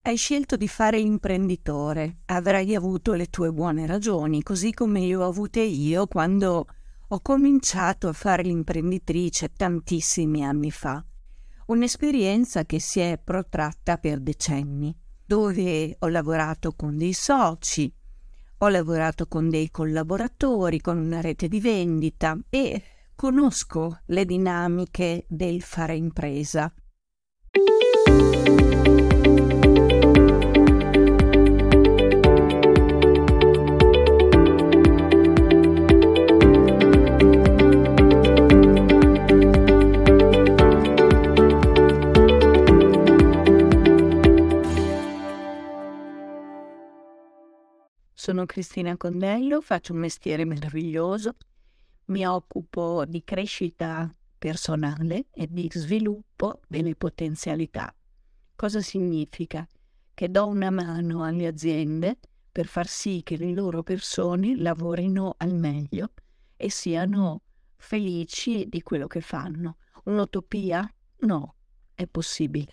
Hai scelto di fare l'imprenditore, avrai avuto le tue buone ragioni, così come le ho avute io quando ho cominciato a fare l'imprenditrice tantissimi anni fa. Un'esperienza che si è protratta per decenni, dove ho lavorato con dei soci, ho lavorato con dei collaboratori, con una rete di vendita e conosco le dinamiche del fare impresa. Sono Cristina Condello, faccio un mestiere meraviglioso, mi occupo di crescita personale e di sviluppo delle potenzialità. Cosa significa? Che do una mano alle aziende per far sì che le loro persone lavorino al meglio e siano felici di quello che fanno. Un'utopia? No, è possibile.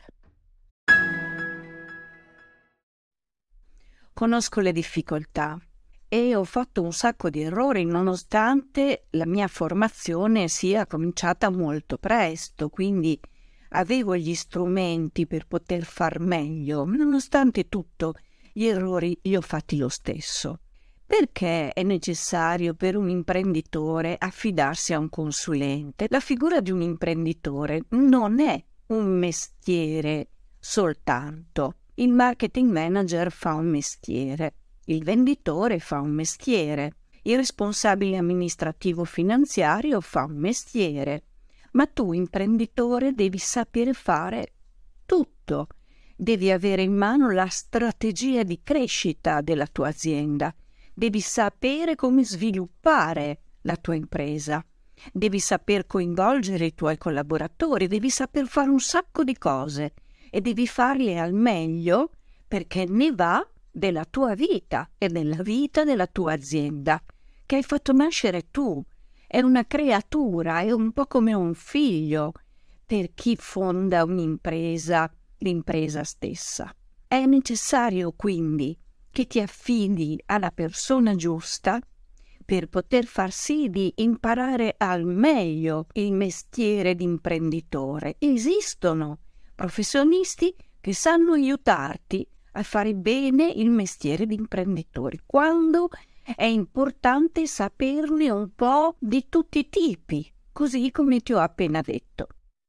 Conosco le difficoltà e ho fatto un sacco di errori nonostante la mia formazione sia cominciata molto presto, quindi avevo gli strumenti per poter far meglio, ma nonostante tutto gli errori li ho fatti lo stesso. Perché è necessario per un imprenditore affidarsi a un consulente? La figura di un imprenditore non è un mestiere soltanto. Il marketing manager fa un mestiere, il venditore fa un mestiere, il responsabile amministrativo finanziario fa un mestiere, ma tu imprenditore devi sapere fare tutto, devi avere in mano la strategia di crescita della tua azienda, devi sapere come sviluppare la tua impresa, devi saper coinvolgere i tuoi collaboratori, devi saper fare un sacco di cose e devi farle al meglio perché ne va della tua vita e della vita della tua azienda che hai fatto nascere tu. È una creatura, è un po' come un figlio per chi fonda un'impresa, l'impresa stessa. È necessario quindi che ti affidi alla persona giusta per poter far sì di imparare al meglio il mestiere di imprenditore. Esistono professionisti che sanno aiutarti a fare bene il mestiere di imprenditore, quando è importante saperne un po' di tutti i tipi, così come ti ho appena detto.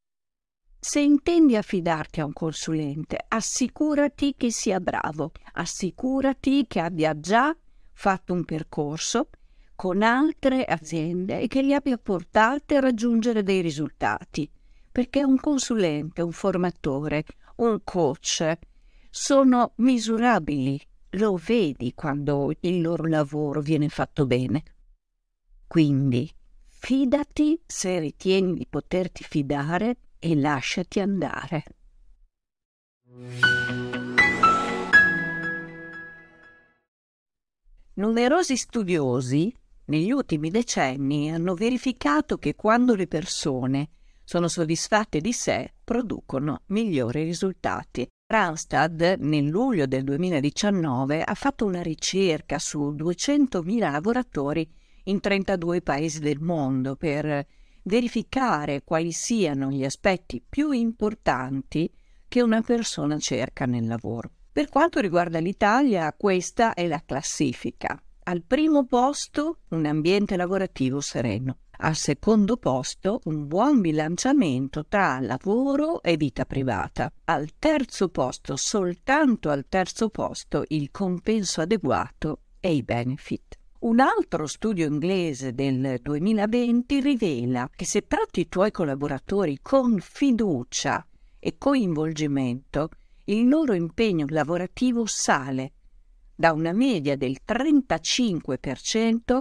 Se intendi affidarti a un consulente, assicurati che sia bravo, assicurati che abbia già fatto un percorso con altre aziende e che li abbia portate a raggiungere dei risultati. Perché un consulente, un formatore, un coach sono misurabili, lo vedi quando il loro lavoro viene fatto bene. Quindi fidati se ritieni di poterti fidare e lasciati andare. Numerosi studiosi negli ultimi decenni hanno verificato che quando le persone sono soddisfatte di sé, producono migliori risultati. Randstad, nel luglio del 2019, ha fatto una ricerca su 200.000 lavoratori in 32 paesi del mondo per verificare quali siano gli aspetti più importanti che una persona cerca nel lavoro. Per quanto riguarda l'Italia, questa è la classifica. Al primo posto, un ambiente lavorativo sereno. Al secondo posto, un buon bilanciamento tra lavoro e vita privata. Al terzo posto, soltanto al terzo posto, il compenso adeguato e i benefit. Un altro studio inglese del 2020 rivela che se tratti i tuoi collaboratori con fiducia e coinvolgimento, il loro impegno lavorativo sale da una media del 35%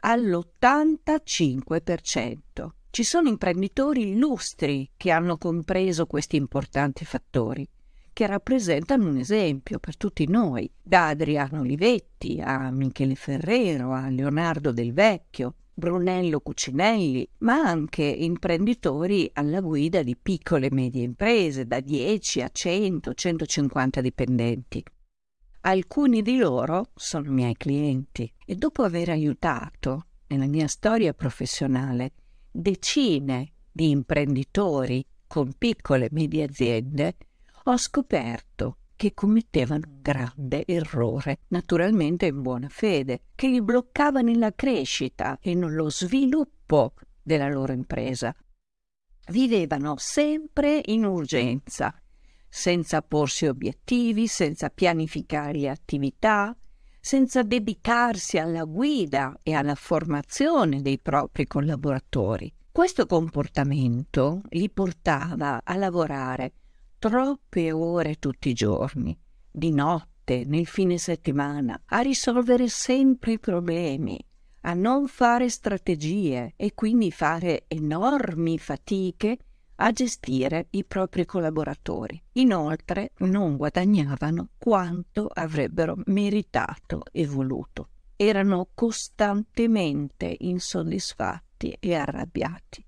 all'85%. Ci sono imprenditori illustri che hanno compreso questi importanti fattori, che rappresentano un esempio per tutti noi, da Adriano Olivetti a Michele Ferrero a Leonardo Del Vecchio, Brunello Cucinelli, ma anche imprenditori alla guida di piccole e medie imprese da 10 a 100, 150 dipendenti. Alcuni di loro sono miei clienti e dopo aver aiutato nella mia storia professionale decine di imprenditori con piccole e medie aziende, ho scoperto che commettevano un grande errore, naturalmente in buona fede, che li bloccava nella crescita e nello sviluppo della loro impresa. Vivevano sempre in urgenza, senza porsi obiettivi, senza pianificare le attività, senza dedicarsi alla guida e alla formazione dei propri collaboratori. Questo comportamento li portava a lavorare troppe ore tutti i giorni, di notte, nel fine settimana, a risolvere sempre i problemi, a non fare strategie e quindi fare enormi fatiche a gestire i propri collaboratori. Inoltre non guadagnavano quanto avrebbero meritato e voluto. Erano costantemente insoddisfatti e arrabbiati.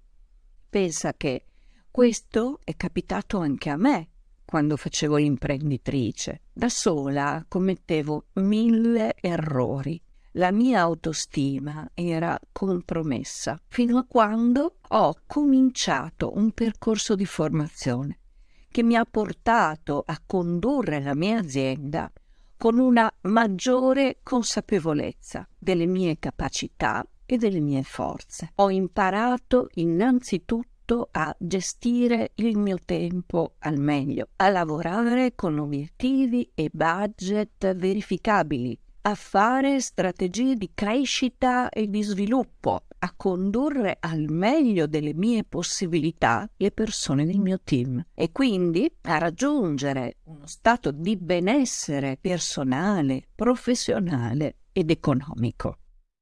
Pensa che questo è capitato anche a me quando facevo l'imprenditrice. Da sola commettevo 1000 errori. La mia autostima era compromessa fino a quando ho cominciato un percorso di formazione che mi ha portato a condurre la mia azienda con una maggiore consapevolezza delle mie capacità e delle mie forze. Ho imparato innanzitutto a gestire il mio tempo al meglio, a lavorare con obiettivi e budget verificabili, a fare strategie di crescita e di sviluppo, a condurre al meglio delle mie possibilità le persone del mio team e quindi a raggiungere uno stato di benessere personale, professionale ed economico.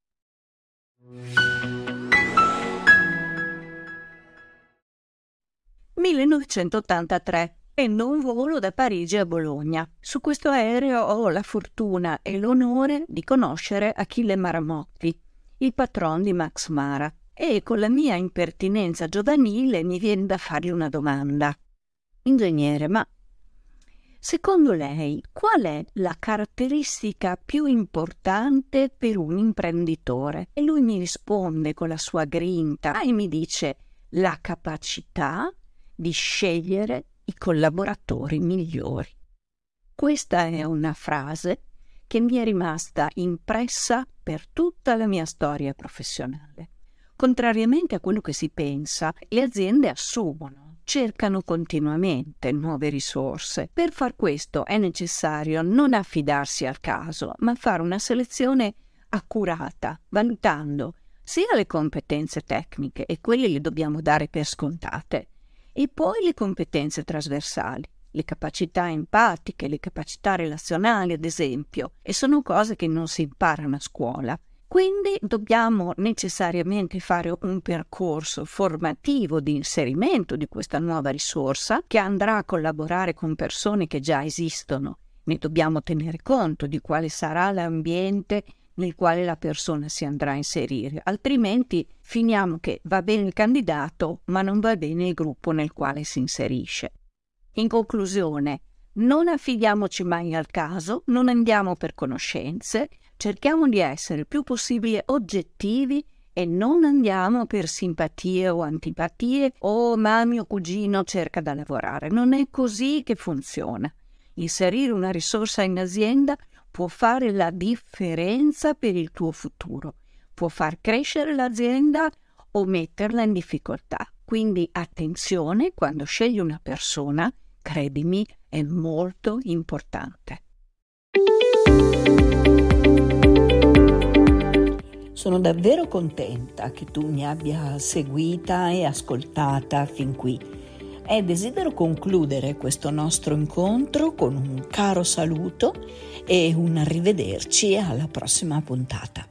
«1983. Prendo un volo da Parigi a Bologna. Su questo aereo ho la fortuna e l'onore di conoscere Achille Maramotti, il patron di Max Mara, e con la mia impertinenza giovanile mi viene da fargli una domanda. Ingegnere, ma secondo lei qual è la caratteristica più importante per un imprenditore? E lui mi risponde con la sua grinta e mi dice: la capacità di scegliere i collaboratori migliori. Questa è una frase che mi è rimasta impressa per tutta la mia storia professionale. Contrariamente a quello che si pensa, le aziende assumono, cercano continuamente nuove risorse. Per far questo è necessario non affidarsi al caso, ma fare una selezione accurata, valutando sia le competenze tecniche, e quelle le dobbiamo dare per scontate, e poi le competenze trasversali, le capacità empatiche, le capacità relazionali, ad esempio, e sono cose che non si imparano a scuola. Quindi dobbiamo necessariamente fare un percorso formativo di inserimento di questa nuova risorsa che andrà a collaborare con persone che già esistono. Ne dobbiamo tenere conto di quale sarà l'ambiente nel quale la persona si andrà a inserire, altrimenti finiamo che va bene il candidato ma non va bene il gruppo nel quale si inserisce. In conclusione, non affidiamoci mai al caso, non andiamo per conoscenze, cerchiamo di essere il più possibile oggettivi e non andiamo per simpatie o antipatie o ma mio cugino cerca da lavorare. Non è così che funziona. Inserire una risorsa in azienda può fare la differenza per il tuo futuro, può far crescere l'azienda o metterla in difficoltà. Quindi attenzione quando scegli una persona, credimi, è molto importante. Sono davvero contenta che tu mi abbia seguita e ascoltata fin qui. E desidero concludere questo nostro incontro con un caro saluto e un arrivederci alla prossima puntata.